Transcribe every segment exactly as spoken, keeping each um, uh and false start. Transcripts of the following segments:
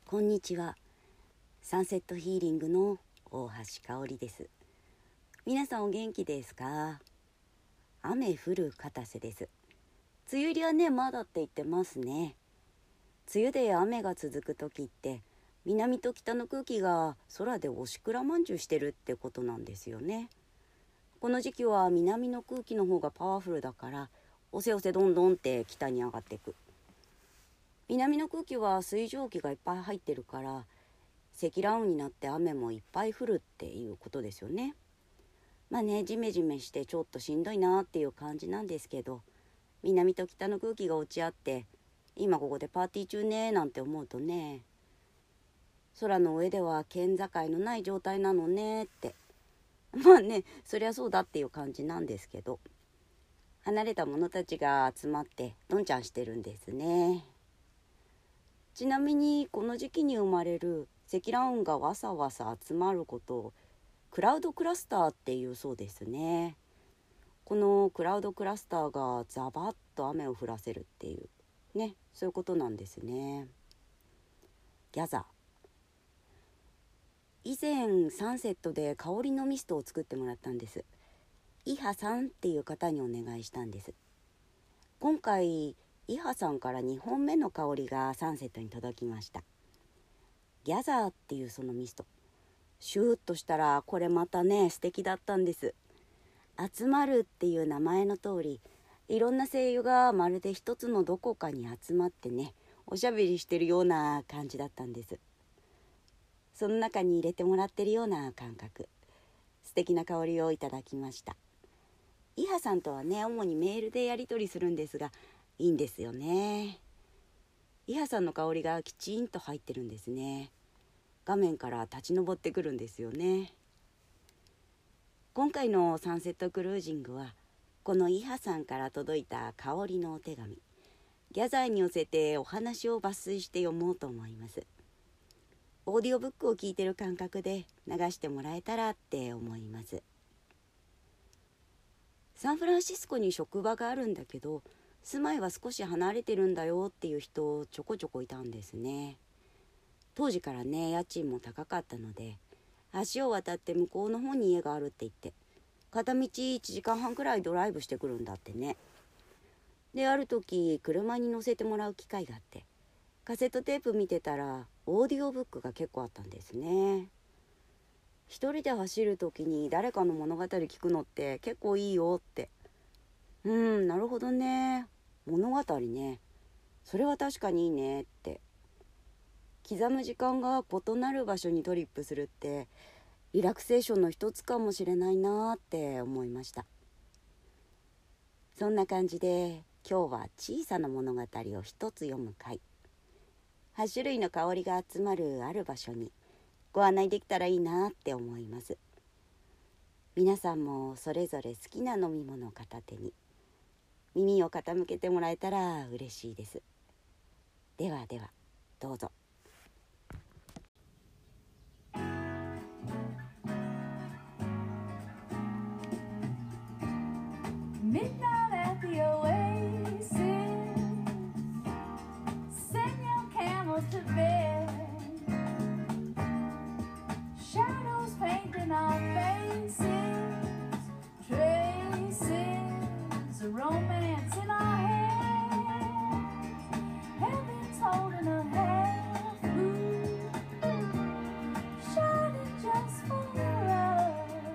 こんにちは。サンセットヒーリングの大橋香織です。皆さんお元気ですか？雨降る片瀬です。梅雨入りはねまだって言ってますね。梅雨で雨が続く時って南と北の空気が空でおしくらまんじゅうしてるってことなんですよね。この時期は南の空気の方がパワフルだからおせおせどんどんって北に上がっていく。南の空気は水蒸気がいっぱい入ってるから積乱雲になって雨もいっぱい降るっていうことですよね。まあね、ジメジメしてちょっとしんどいなっていう感じなんですけど、南と北の空気が落ち合って今ここでパーティー中ねなんて思うとね、空の上では県境のない状態なのねって、まあねそりゃそうだっていう感じなんですけど、離れた者たちが集まってどんちゃんしてるんですね。ちなみにこの時期に生まれる積乱雲がわさわさ集まることをクラウドクラスターっていうそうですね。このクラウドクラスターがザバッと雨を降らせるっていうね、そういうことなんですね。ギャザー、以前サンセットで香りのミストを作ってもらったんです。イハさんっていう方にお願いしたんです。今回イハさんからにほんめの香りがサンセットに届きました。ギャザーっていうそのミスト、シューッとしたらこれまたね素敵だったんです。集まるっていう名前の通り、いろんな精油がまるで一つのどこかに集まってねおしゃべりしてるような感じだったんです。その中に入れてもらってるような感覚、素敵な香りをいただきました。イハさんとはね主にメールでやり取りするんですが、いいんですよね。イハさんの香りがきちんと入ってるんですね。画面から立ち上ってくるんですよね。今回のサンセットクルージングはこのイハさんから届いた香りのお手紙ギャザーに寄せてお話を抜粋して読もうと思います。オーディオブックを聞いてる感覚で流してもらえたらって思います。サンフランシスコに職場があるんだけど住まいは少し離れてるんだよっていう人ちょこちょこいたんですね。当時からね家賃も高かったので橋を渡って向こうの方に家があるって言って片道いちじかんはんくらいドライブしてくるんだってね。である時車に乗せてもらう機会があってカセットテープ見てたらオーディオブックが結構あったんですね。一人で走る時に誰かの物語聞くのって結構いいよって。うーんなるほどね、物語ね、それは確かにいいねって。刻む時間が異なる場所にトリップするってリラクセーションの一つかもしれないなって思いました。そんな感じで今日は小さな物語を一つ読む回、はち種類の香りが集まるある場所にご案内できたらいいなって思います。皆さんもそれぞれ好きな飲み物を片手に耳を傾けてもらえたら嬉しいです。ではではどうぞ。 Midnight at the oasis, send your camels to bed. Shadows painting our faces, traces of romance in our hands. Heaven's holding a half moon, shining just for us.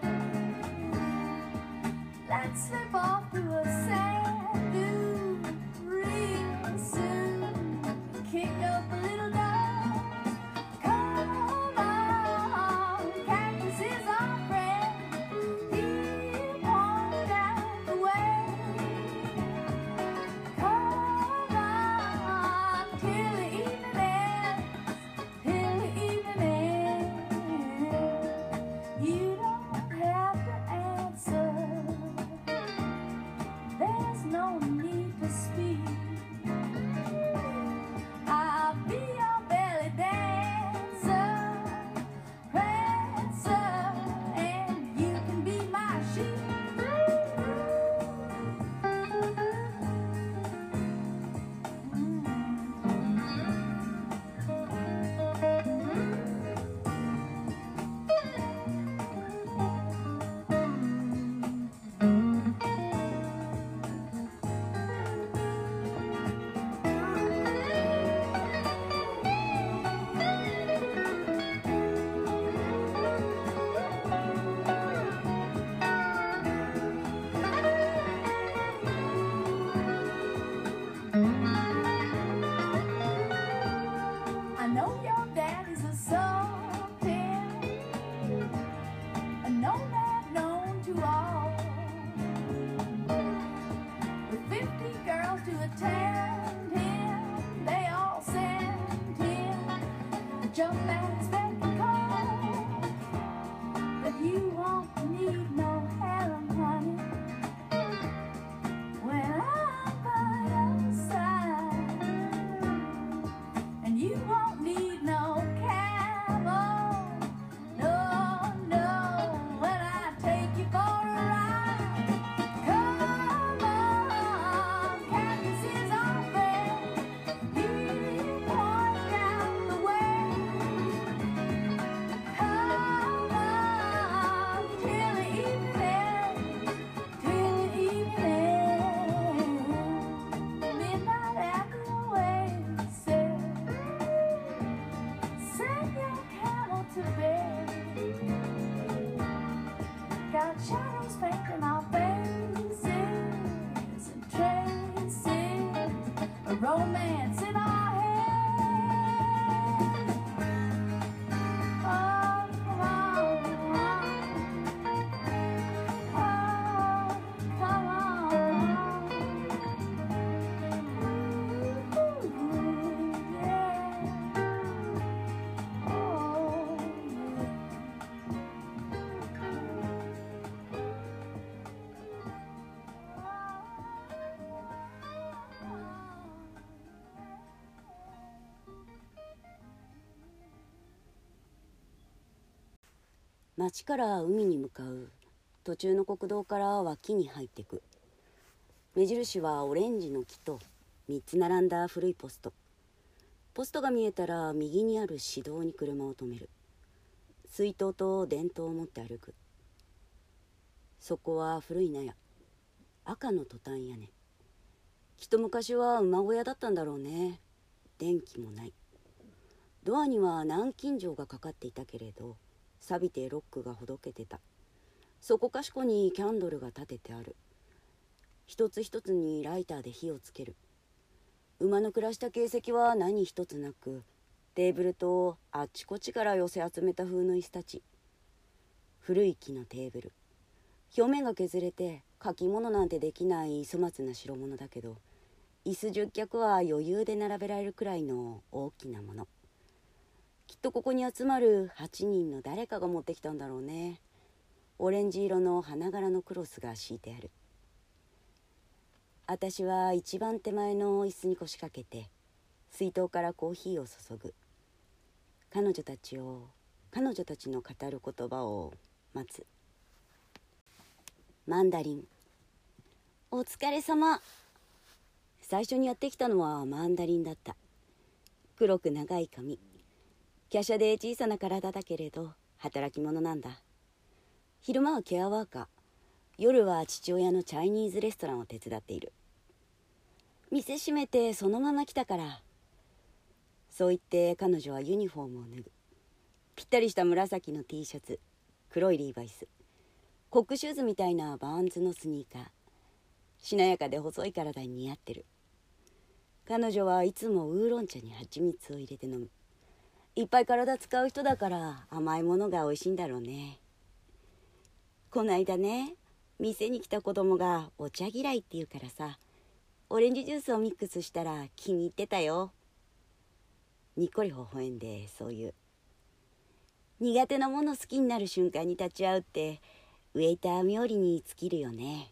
Let's slip off to a sand dune real soon. Kick up a little dust. Come on, cactus is our friend. He'll point out the way. Come on, till the evening ends, till the evening ends. You don't have to answer. There's no need to speak. I'll be your jump and spectacle, but you won't need no harem, honey, when I'm by your side. And you won't need no camel, no, no, when I take you for a ride. Come on, Cactus is our friend, he points down the way. Come on, till the evening, till the evening, midnight at the oasis. Send your camel to bed. Got shadows painting our faces and traces of romance in our heads. Oh, come on, oh, come on. Ooh, yeah. Oh, 町から海に向かう途中の国道から脇に入っていく。目印はオレンジの木とみっつ並んだ古いポスト。ポストが見えたら右にある市道に車を止める。水筒と電灯を持って歩く。そこは古い納屋、赤のトタン屋根。きっと昔は馬小屋だったんだろうね。電気もない。ドアには南京錠がかかっていたけれど、錆びてロックがほどけてた。そこかしこにキャンドルが立ててある。一つ一つにライターで火をつける。馬の暮らした形跡は何一つなく、テーブルとあっちこっちから寄せ集めた風の椅子たち。古い木のテーブル。表面が削れて書き物なんてできない粗末な代物だけど、椅子十脚は余裕で並べられるくらいの大きなもの。きっとここに集まるはちにんの誰かが持ってきたんだろうね。オレンジ色の花柄のクロスが敷いてある。私は一番手前の椅子に腰掛けて水筒からコーヒーを注ぐ。彼女たちを彼女たちの語る言葉を待つ。マンダリン。お疲れ様。最初にやってきたのはマンダリンだった。黒く長い髪、華奢で小さな体だけれど働き者なんだ。昼間はケアワーカー、夜は父親のチャイニーズレストランを手伝っている。店閉めてそのまま来たから。そう言って彼女はユニフォームを脱ぐ。ぴったりした紫の T シャツ、黒いリーバイス、コックシューズみたいなバーンズのスニーカー。しなやかで細い体に似合ってる。彼女はいつもウーロン茶に蜂蜜を入れて飲む。いっぱい体使う人だから甘いものが美味しいんだろうね。こないだね、店に来た子供がお茶嫌いって言うからさ、オレンジジュースをミックスしたら気に入ってたよ。にっこり微笑んでそう言う。苦手なもの好きになる瞬間に立ち会うってウェイター冥利に尽きるよね。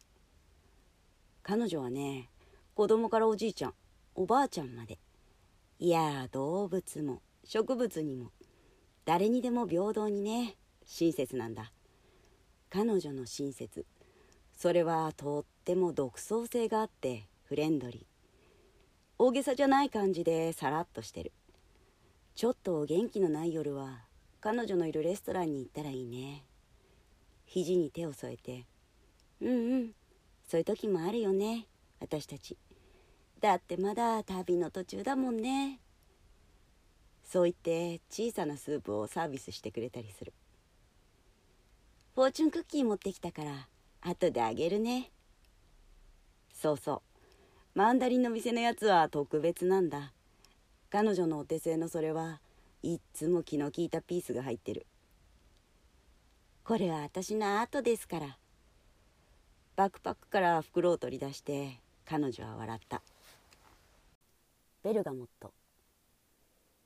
彼女はね、子供からおじいちゃん、おばあちゃんまで、いや動物も植物にも誰にでも平等にね、親切なんだ。彼女の親切、それはとっても独創性があってフレンドリー。大げさじゃない感じでさらっとしてる。ちょっと元気のない夜は彼女のいるレストランに行ったらいいね。肘に手を添えて、うんうん、そういう時もあるよね、私たち。だってまだ旅の途中だもんね。そう言って小さなスープをサービスしてくれたりする。フォーチュンクッキー持ってきたから後であげるね。そうそう、マンダリンの店のやつは特別なんだ。彼女のお手製のそれはいっつも気の利いたピースが入ってる。これは私のアートですから。バックパックから袋を取り出して彼女は笑った。ベルガモット。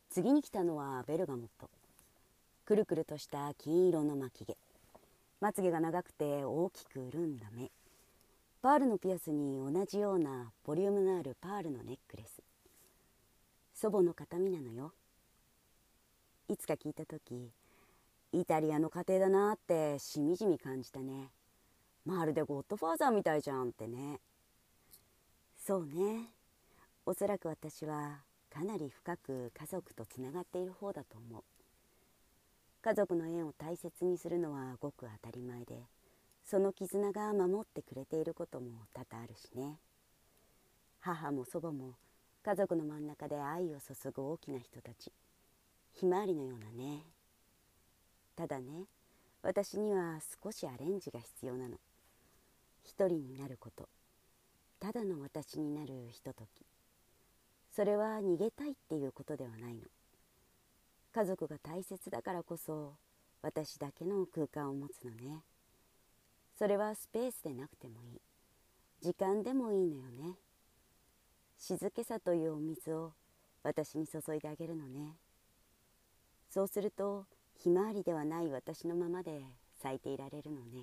次に来たのはベルガモット。くるくるとした金色の巻き毛、まつげが長くて大きく潤んだ目、パールのピアスに同じようなボリュームのあるパールのネックレス。祖母の形見なのよ。いつか聞いた時、イタリアの家庭だなってしみじみ感じたね。まるでゴッドファーザーみたいじゃんってね。そうね、おそらく私はかなり深く家族とつながっている方だと思う。家族の縁を大切にするのはごく当たり前で、その絆が守ってくれていることも多々あるしね。母も祖母も家族の真ん中で愛を注ぐ大きな人たち、ひまわりのようなね。ただね、私には少しアレンジが必要なの。一人になること、ただの私になるひととき。それは逃げたいっていうことではないの。家族が大切だからこそ私だけの空間を持つのね。それはスペースでなくてもいい、時間でもいいのよね。静けさというお水を私に注いであげるのね。そうするとひまわりではない私のままで咲いていられるのね。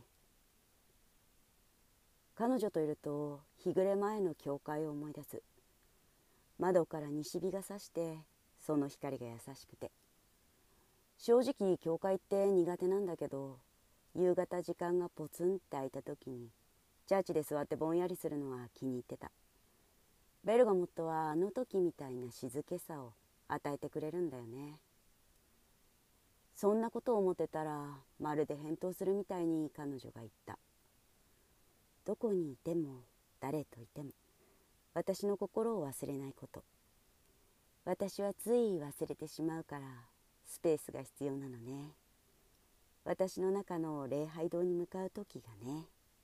彼女といると日暮れ前の教会を思い出す。窓から西日が差してその光が優しくて、正直教会って苦手なんだけど、夕方時間がポツンって空いた時にチャーチで座ってぼんやりするのは気に入ってた。ベルガモットはあの時みたいな静けさを与えてくれるんだよね。そんなことを思ってたら、まるで返答するみたいに彼女が言った。どこにいても誰といても私の心を忘れないこと。私はつい忘れてしまうからスペースが必要なのね。私の中の礼拝堂に向かう時がね。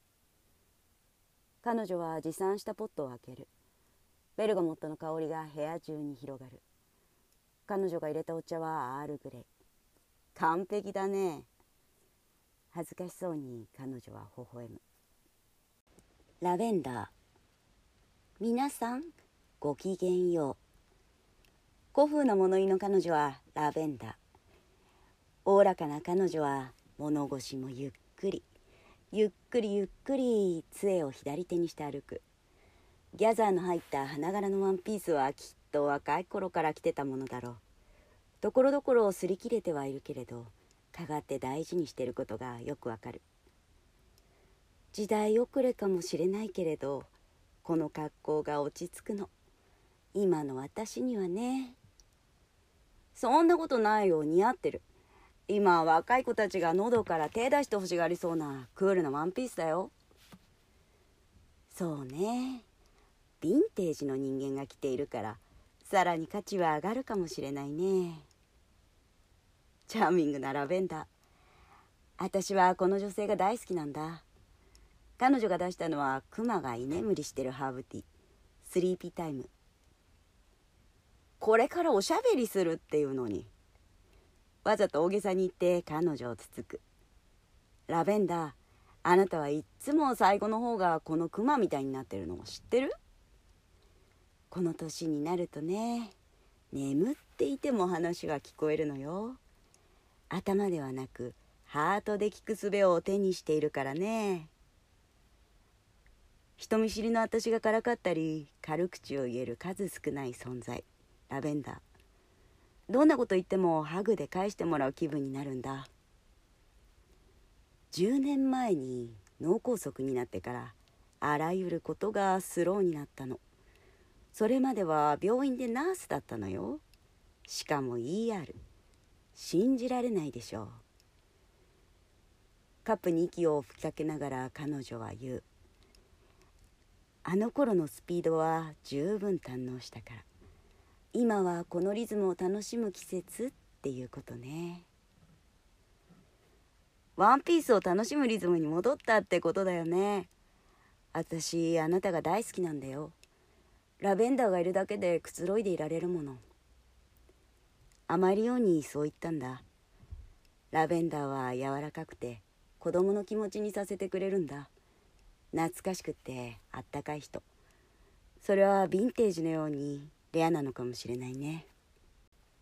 彼女は持参したポットを開ける。ベルガモットの香りが部屋中に広がる。彼女が入れたお茶はアールグレイ。完璧だね。恥ずかしそうに彼女は微笑む。ラベンダー。皆さんごきげんよう。古風な物言いの彼女はラベンダー。おおらかな彼女は物腰もゆっくりゆっくりゆっくり杖を左手にして歩く。ギャザーの入った花柄のワンピースはきっと若い頃から着てたものだろう。ところどころ擦り切れてはいるけれど、かがって大事にしてることがよくわかる。時代遅れかもしれないけれど、この格好が落ち着くの。今の私にはね。そんなことないよ、似合ってる。今若い子たちが喉から手出してほしがりそうなクールなワンピースだよ。そうね、ヴィンテージの人間が着ているからさらに価値は上がるかもしれないね。チャーミングなラベンダー。私はこの女性が大好きなんだ。彼女が出したのはクマが居眠りしてるハーブティー、スリーピータイム。これからおしゃべりするっていうのに、わざと大げさに言って彼女をつつく。ラベンダー、あなたはいっつも最後の方がこのクマみたいになってるのを知ってる？この年になるとね、眠っていても話が聞こえるのよ。頭ではなくハートで聞く術を手にしているからね。人見知りの私がからかったり軽口を言える数少ない存在、ラベンダー。どんなこと言ってもハグで返してもらう気分になるんだ。じゅうねんまえに脳梗塞になってからあらゆることがスローになったの。それまでは病院でナースだったのよ。しかも イーアール。 信じられないでしょう。カップに息を吹きかけながら彼女は言う。あの頃のスピードは十分堪能したから、今はこのリズムを楽しむ季節っていうことね。ワンピースを楽しむリズムに戻ったってことだよね。私あなたが大好きなんだよ。ラベンダーがいるだけでくつろいでいられるもの。甘えるようにそう言ったんだ。ラベンダーは柔らかくて子供の気持ちにさせてくれるんだ。懐かしくってあったかい人。それはヴィンテージのようにレアなのかもしれないね。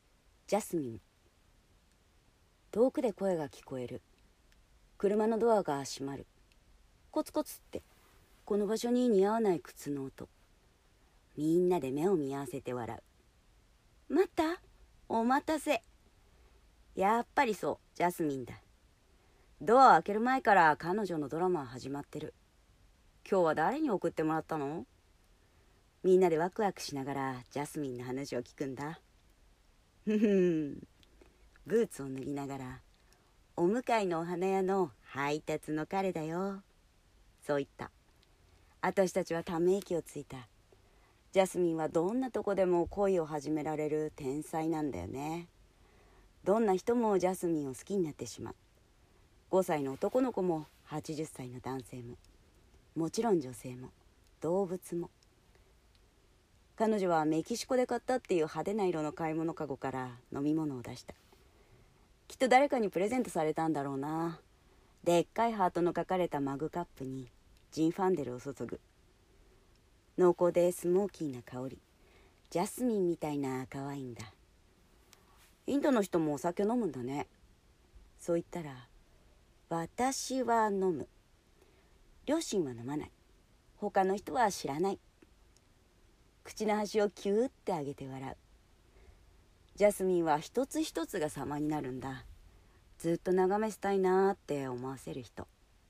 ジャスミン。遠くで声が聞こえる。車のドアが閉まる。コツコツってこの場所に似合わない靴の音。みんなで目を見合わせて笑う。待った？お待たせ。やっぱりそう、ジャスミンだ。ドアを開ける前から彼女のドラマは始まってる。今日は誰に送ってもらったの？みんなでワクワクしながらジャスミンの話を聞くんだ。ふふん。ブーツを脱ぎながら、お向かいのお花屋の配達の彼だよ。そう言った。私たちはため息をついた。ジャスミンはどんなとこでも恋を始められる天才なんだよね。どんな人もジャスミンを好きになってしまう。ごさいの男の子もはちじゅっさいの男性も、もちろん女性も動物も。彼女はメキシコで買ったっていう派手な色の買い物かごから飲み物を出した。きっと誰かにプレゼントされたんだろうな。でっかいハートの書かれたマグカップにジンファンデルを注ぐ。濃厚でスモーキーな香り。ジャスミンみたいな赤ワインだ。インドの人もお酒飲むんだね。そう言ったら、私は飲む。両親は飲まない。他の人は知らない。口の端をキューって上げて笑う。ジャスミンは一つ一つが様になるんだ。ずっと眺めしたいなーって思わせる人。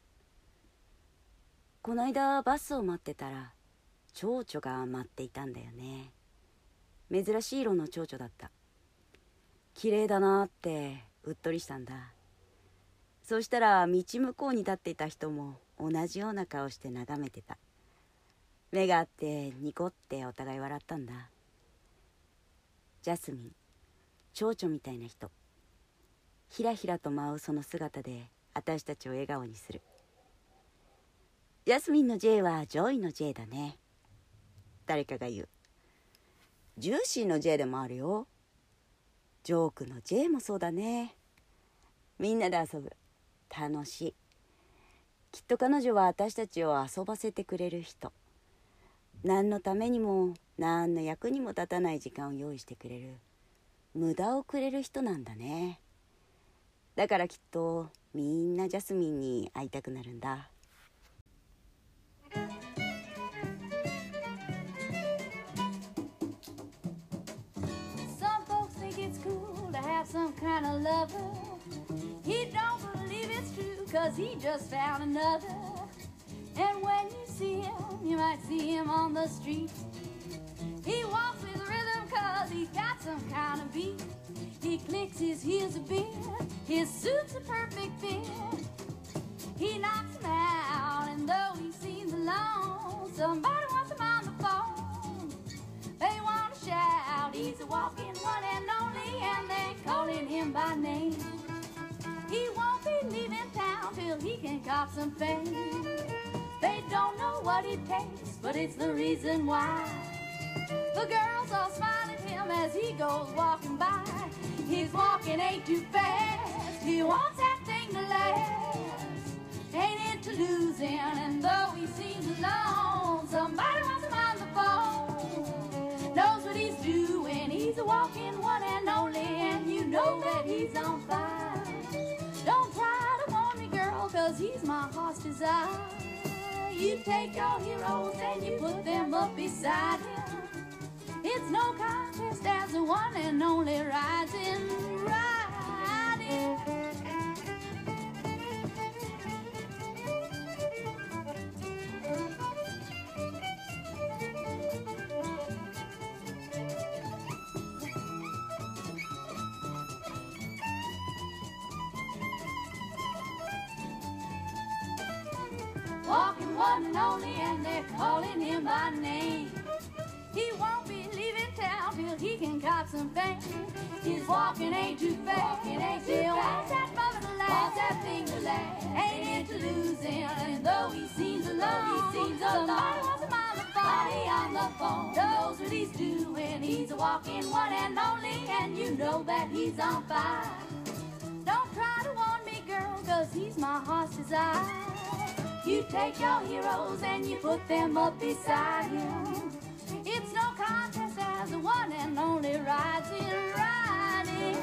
この間バスを待ってたら蝶々が待っていたんだよね。珍しい色の蝶々だった。綺麗だなーってうっとりしたんだ。そうしたら道向こうに立っていた人も同じような顔して眺めてた。目があってニコってお互い笑ったんだ。ジャスミン、蝶々みたいな人。ひらひらと舞うその姿で私たちを笑顔にする。ジャスミンの J はジョイの J だね。誰かが言う。ジューシーの J でもあるよ。ジョークの J もそうだね。みんなで遊ぶ。楽しい。きっと彼女は私たちを遊ばせてくれる人。何のためにも何の役にも立たない時間を用意してくれる。無駄をくれる人なんだね。だからきっとみんなジャスミンに会いたくなるんだ。 Some folks think it's cool to have some kind of lover. He don't believe it's true, cause he just found another. And when you see him, you might see him on the street. He walks with rhythm cause he's got some kind of beat. He clicks his heels a bit, his suit's a perfect fit. He knocks him out, and though he seems alone, somebody wants him on the phone. They want to shout, he's a walking one and only, and they're calling him by name. He won't be leaving town till he can cop some fame. They don't know what it takes, but it's the reason why. The girls all smile at him as he goes walking by. His walking ain't too fast, he wants that thing to last. Ain't it to lose him, and though he seems alone, somebody wants him on the phone. Knows what he's doing, he's a walking one and only, and you know that he's on fire. Don't try to warn me, girl, cause he's my heart's desire. You take your heroes and you put them up beside him. It's no contest as the one and only rising, riding. Walking one and only, and they're calling him by name. He won't be leaving town till he can cop some fame. His walking ain't too fast, it ain't too fast. That mother to last, wants that thing to last. Ain't it to lose him, and though he seems alone, he seems alone. Somebody wants him on the phone, somebody on the phone. Knows what he's doing, he's a walking one and only, and you know that he's on fire. Don't try to warn me, girl, cause he's my heart's desire. You take your heroes and you put them up beside him. It's no contest as the one and only rising, riding.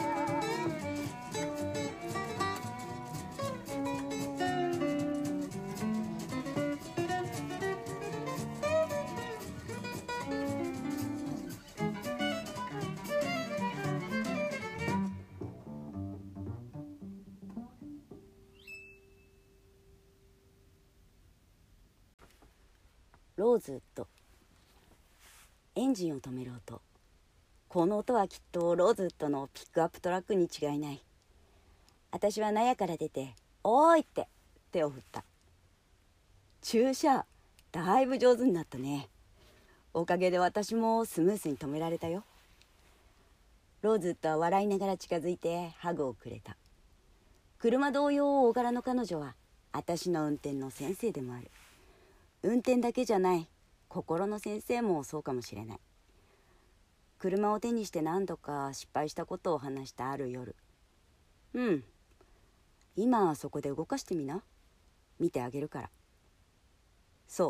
ローズウッド。エンジンを止める音。この音はきっとローズウッドのピックアップトラックに違いない。私は納屋から出て、おーいって手を振った。駐車、だいぶ上手になったね。おかげで私もスムースに止められたよ。ローズウッドは笑いながら近づいてハグをくれた。車同様大柄の彼女は私の運転の先生でもある。運転だけじゃない、心の先生もそうかもしれない。車を手にして何度か失敗したことを話したある夜。うん、今はそこで動かしてみな。見てあげるから。そう、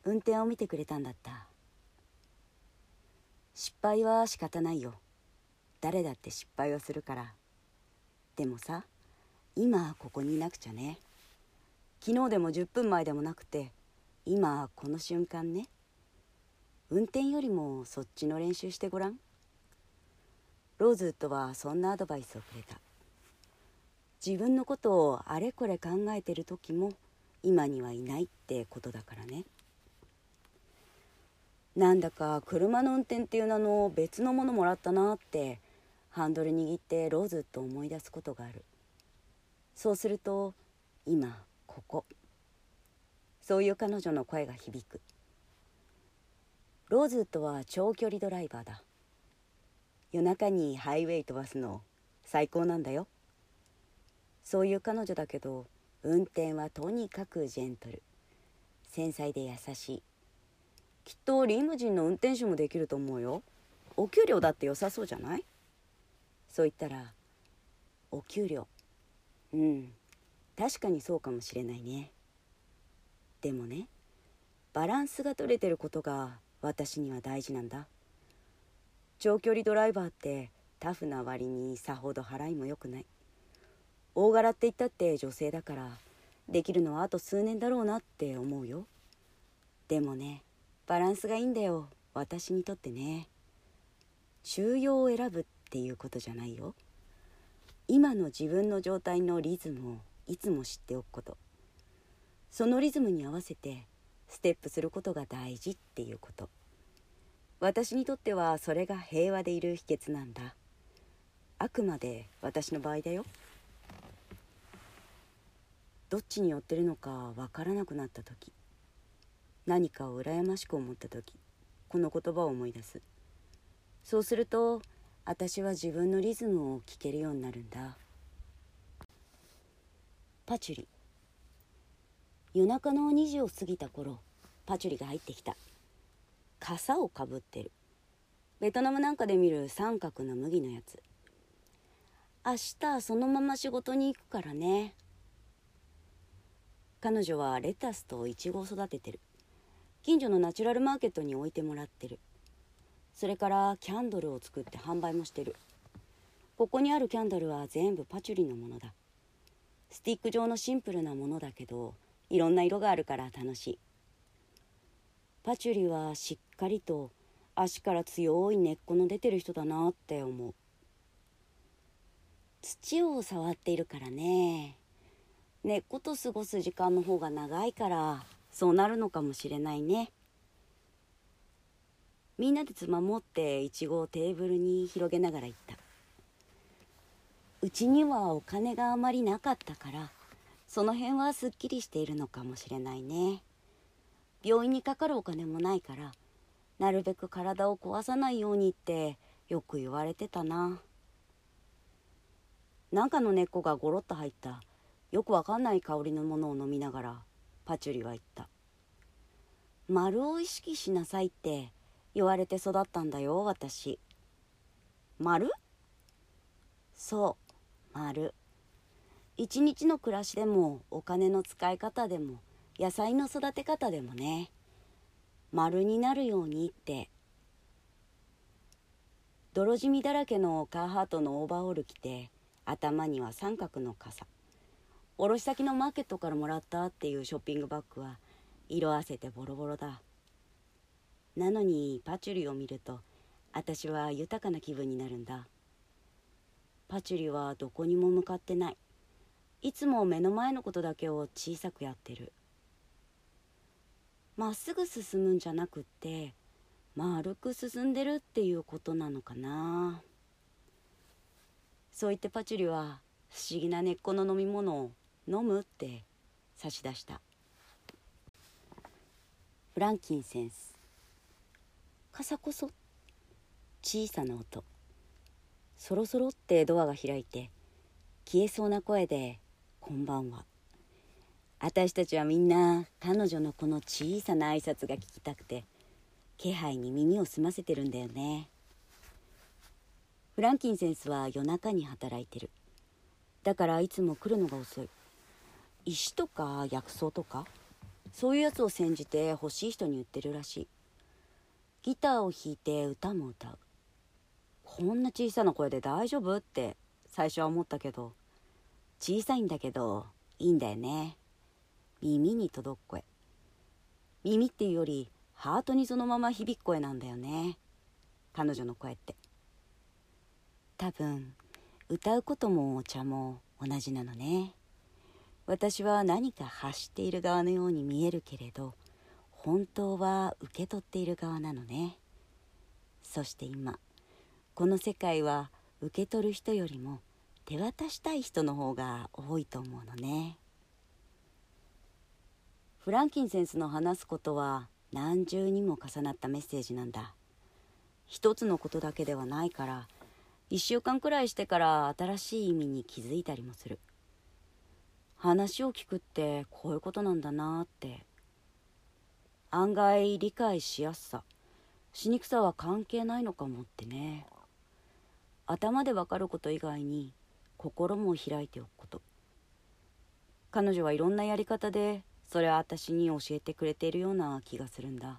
運転を見てくれたんだった。失敗は仕方ないよ。誰だって失敗をするから。でもさ、今ここにいなくちゃね。昨日でもじゅっぷんまえでもなくて、今この瞬間ね。運転よりもそっちの練習してごらん。ローズウッドはそんなアドバイスをくれた。自分のことをあれこれ考えてる時も今にはいないってことだからね。なんだか車の運転っていう名の別のものもらったなってハンドル握ってローズウッドを思い出すことがある。そうすると今ここ、そういう彼女の声が響く。ローズウッドは長距離ドライバーだ。夜中にハイウェイ飛ばすの最高なんだよ。そういう彼女だけど、運転はとにかくジェントル、繊細で優しい。きっとリムジンの運転手もできると思うよ。お給料だって良さそうじゃない？そう言ったら、お給料、うん、確かにそうかもしれないね。でもね、バランスが取れてることが私には大事なんだ。長距離ドライバーってタフな割にさほど払いも良くない。大柄って言ったって女性だから、できるのはあと数年だろうなって思うよ。でもね、バランスがいいんだよ、私にとってね。中庸を選ぶっていうことじゃないよ。今の自分の状態のリズムをいつも知っておくこと。そのリズムに合わせてステップすることが大事っていうこと。私にとってはそれが平和でいる秘訣なんだ。あくまで私の場合だよ。どっちに寄ってるのかわからなくなった時、何かを羨ましく思った時、この言葉を思い出す。そうすると私は自分のリズムを聞けるようになるんだ。パチュリ。夜中のにじを過ぎた頃、パチュリが入ってきた。傘をかぶってる。ベトナムなんかで見る三角の麦のやつ。明日そのまま仕事に行くからね。彼女はレタスとイチゴを育ててる。近所のナチュラルマーケットに置いてもらってる。それからキャンドルを作って販売もしてる。ここにあるキャンドルは全部パチュリのものだ。スティック状のシンプルなものだけど、いろんな色があるから楽しい。パチュリはしっかりと足から強い根っこの出てる人だなって思う。土を触っているからね。根っこと過ごす時間の方が長いからそうなるのかもしれないね。みんなでつまもってイチゴをテーブルに広げながら言った。うちにはお金があまりなかったからその辺はすっきりしているのかもしれないね。病院にかかるお金もないからなるべく体を壊さないようにってよく言われてたな。なんかの根っこがゴロッと入ったよくわかんない香りのものを飲みながらパチュリは言った。丸を意識しなさいって言われて育ったんだよ、私。丸？そう、丸。一日の暮らしでもお金の使い方でも野菜の育て方でもね、丸になるようにって。泥染みだらけのカーハートのオーバーオール着て、頭には三角の傘。卸先のマーケットからもらったっていうショッピングバッグは色あせてボロボロだ。なのにパチュリを見ると私は豊かな気分になるんだ。パチュリはどこにも向かってない。いつも目の前のことだけを小さくやってる。 まっすぐ進むんじゃなくって丸く進んでるっていうことなのかな。そう言ってパチュリは不思議な根っこの飲み物を飲むって差し出した。フランキンセンス。カサコソ、小さな音。そろそろってドアが開いて消えそうな声でこんばんは。私たちはみんな彼女のこの小さな挨拶が聞きたくて気配に耳を澄ませてるんだよね。フランキンセンスは夜中に働いてる。だからいつも来るのが遅い。石とか薬草とかそういうやつを煎じて欲しい人に売ってるらしい。ギターを弾いて歌も歌う。こんな小さな声で大丈夫って最初は思ったけど、小さいんだけどいいんだよね。耳に届く声。耳っていうよりハートにそのまま響く声なんだよね、彼女の声って。多分歌うこともお茶も同じなのね。私は何か発している側のように見えるけれど、本当は受け取っている側なのね。そして今この世界は受け取る人よりも手渡したい人の方が多いと思うのね。フランキンセンスの話すことは何重にも重なったメッセージなんだ。一つのことだけではないから、一週間くらいしてから新しい意味に気づいたりもする。話を聞くってこういうことなんだなって。案外理解しやすさ、しにくさは関係ないのかもってね。頭でわかること以外に心も開いておくこと。彼女はいろんなやり方でそれは私に教えてくれているような気がするんだ。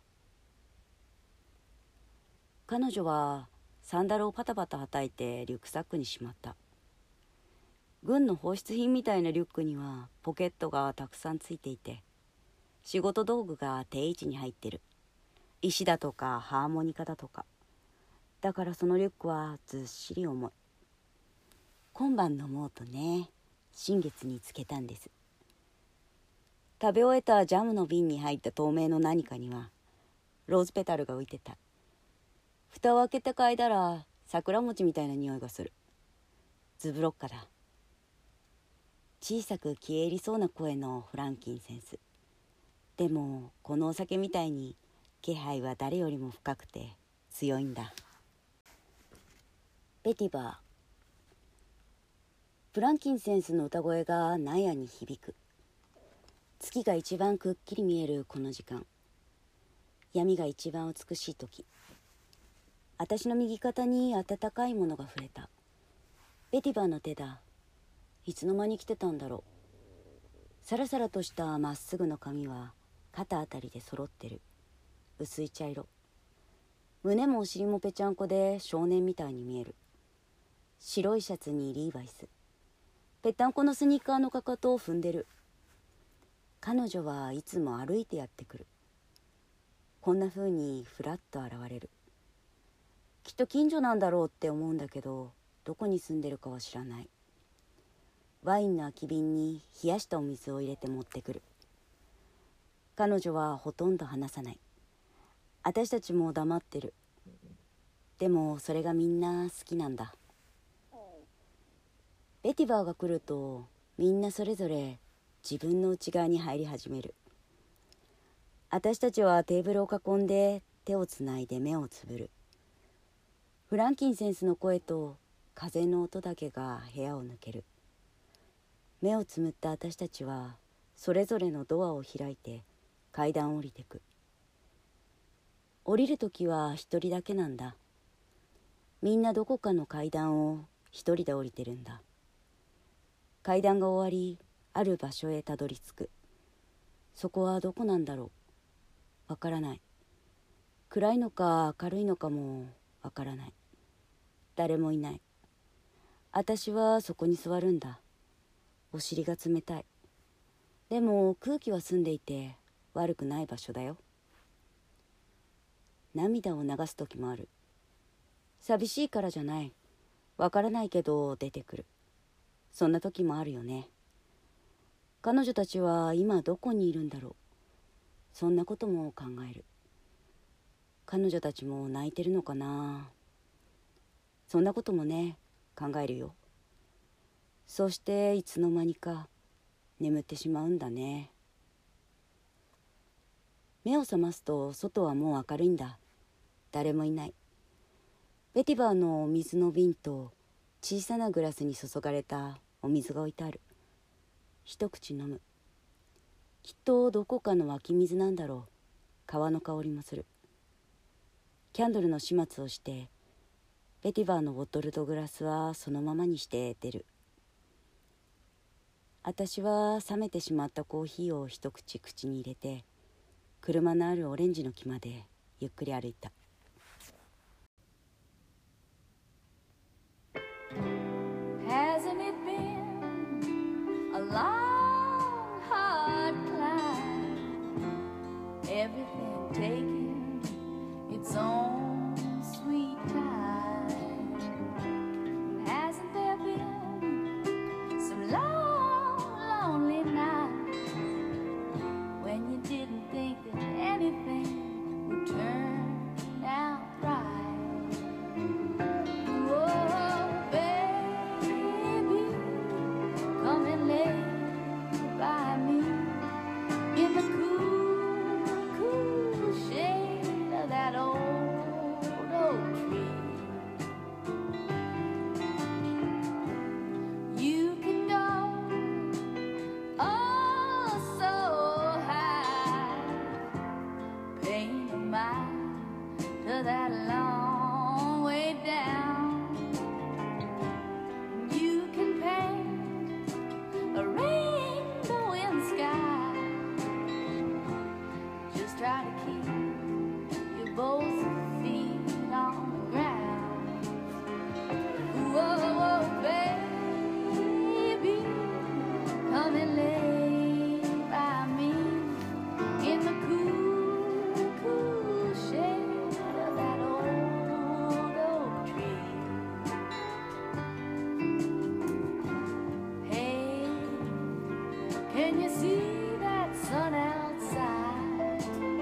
彼女はサンダルをパタパタはたいてリュックサックにしまった。軍の放出品みたいなリュックにはポケットがたくさんついていて、仕事道具が定位置に入ってる。石だとかハーモニカだとか。だからそのリュックはずっしり重い。今晩飲もうとね、新月につけたんです。食べ終えたジャムの瓶に入った透明の何かにはローズペタルが浮いてた。蓋を開けて嗅いだら桜餅みたいな匂いがする。ズブロッカだ。小さく消え入りそうな声のフランキンセンス。でもこのお酒みたいに気配は誰よりも深くて強いんだ。ベティバー。フランキンセンスの歌声が納屋に響く。月が一番くっきり見えるこの時間、闇が一番美しい時、私の右肩に温かいものが触れた。ベティバーの手だ。いつの間に来てたんだろう。サラサラとしたまっすぐの髪は肩あたりで揃ってる。薄い茶色。胸もお尻もぺちゃんこで少年みたいに見える。白いシャツにリーバイス。ぺったんこのスニーカーのかかとを踏んでる。彼女はいつも歩いてやってくる。こんな風にふらっと現れる。きっと近所なんだろうって思うんだけど、どこに住んでるかは知らない。ワインの空き瓶に冷やしたお水を入れて持ってくる。彼女はほとんど話さない。私たちも黙ってる。でもそれがみんな好きなんだ。ベティバーが来るとみんなそれぞれ自分の内側に入り始める。私たちはテーブルを囲んで手をつないで目をつぶる。フランキンセンスの声と風の音だけが部屋を抜ける。目をつむった私たちはそれぞれのドアを開いて階段を降りてく。降りるときは一人だけなんだ。みんなどこかの階段を一人で降りてるんだ。階段が終わり、ある場所へたどり着く。そこはどこなんだろう。わからない。暗いのか明るいのかもわからない。誰もいない。私はそこに座るんだ。お尻が冷たい。でも空気は澄んでいて悪くない場所だよ。涙を流す時もある。寂しいからじゃない。わからないけど出てくる。そんな時もあるよね。彼女たちは今どこにいるんだろう。 そんなことも考える。彼女たちも泣いてるのかな。そんなこともね、考えるよ。そしていつの間にか眠ってしまうんだね。目を覚ますと外はもう明るいんだ。誰もいない。ベティバーのお水の瓶と小さなグラスに注がれたお水が置いてある。一口飲む。きっとどこかの湧き水なんだろう。川の香りもする。キャンドルの始末をしてベティバーのボトルとグラスはそのままにして出る。私は冷めてしまったコーヒーを一口口に入れて車のあるオレンジの木までゆっくり歩いた。 Hasn't it been a long, hard climb? Everything taking its own sweet time. Hasn't there been some long, lonely nights when you didn't think that anything would turn out right? Oh, baby, come and lay by me in the cool, cool shade of that old oak tree. You can go oh so high, paying no mind to that long way down. You can paint a rainbow in the sky. Just try to keep your both feet on the ground. Whoa, whoa, baby, come and lay by me in the cool, cool shade of that old oak tree. Hey, can you see that sun outside?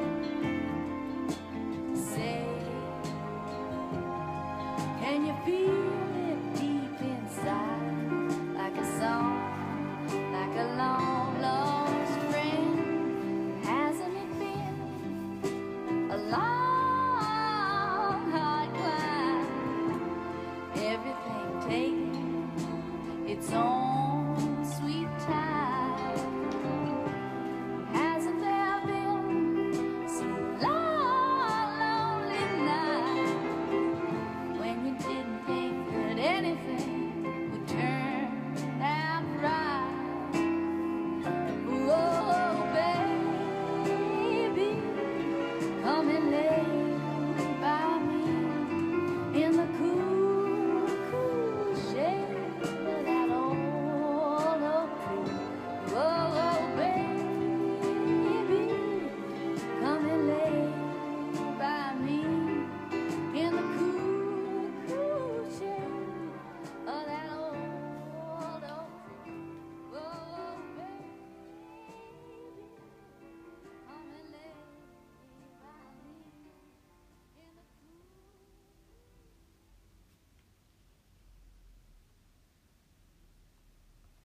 Say, can you feel it deep inside? Like a song, like a long lost friend. Hasn't it been a long, hard climb? Everything taking its own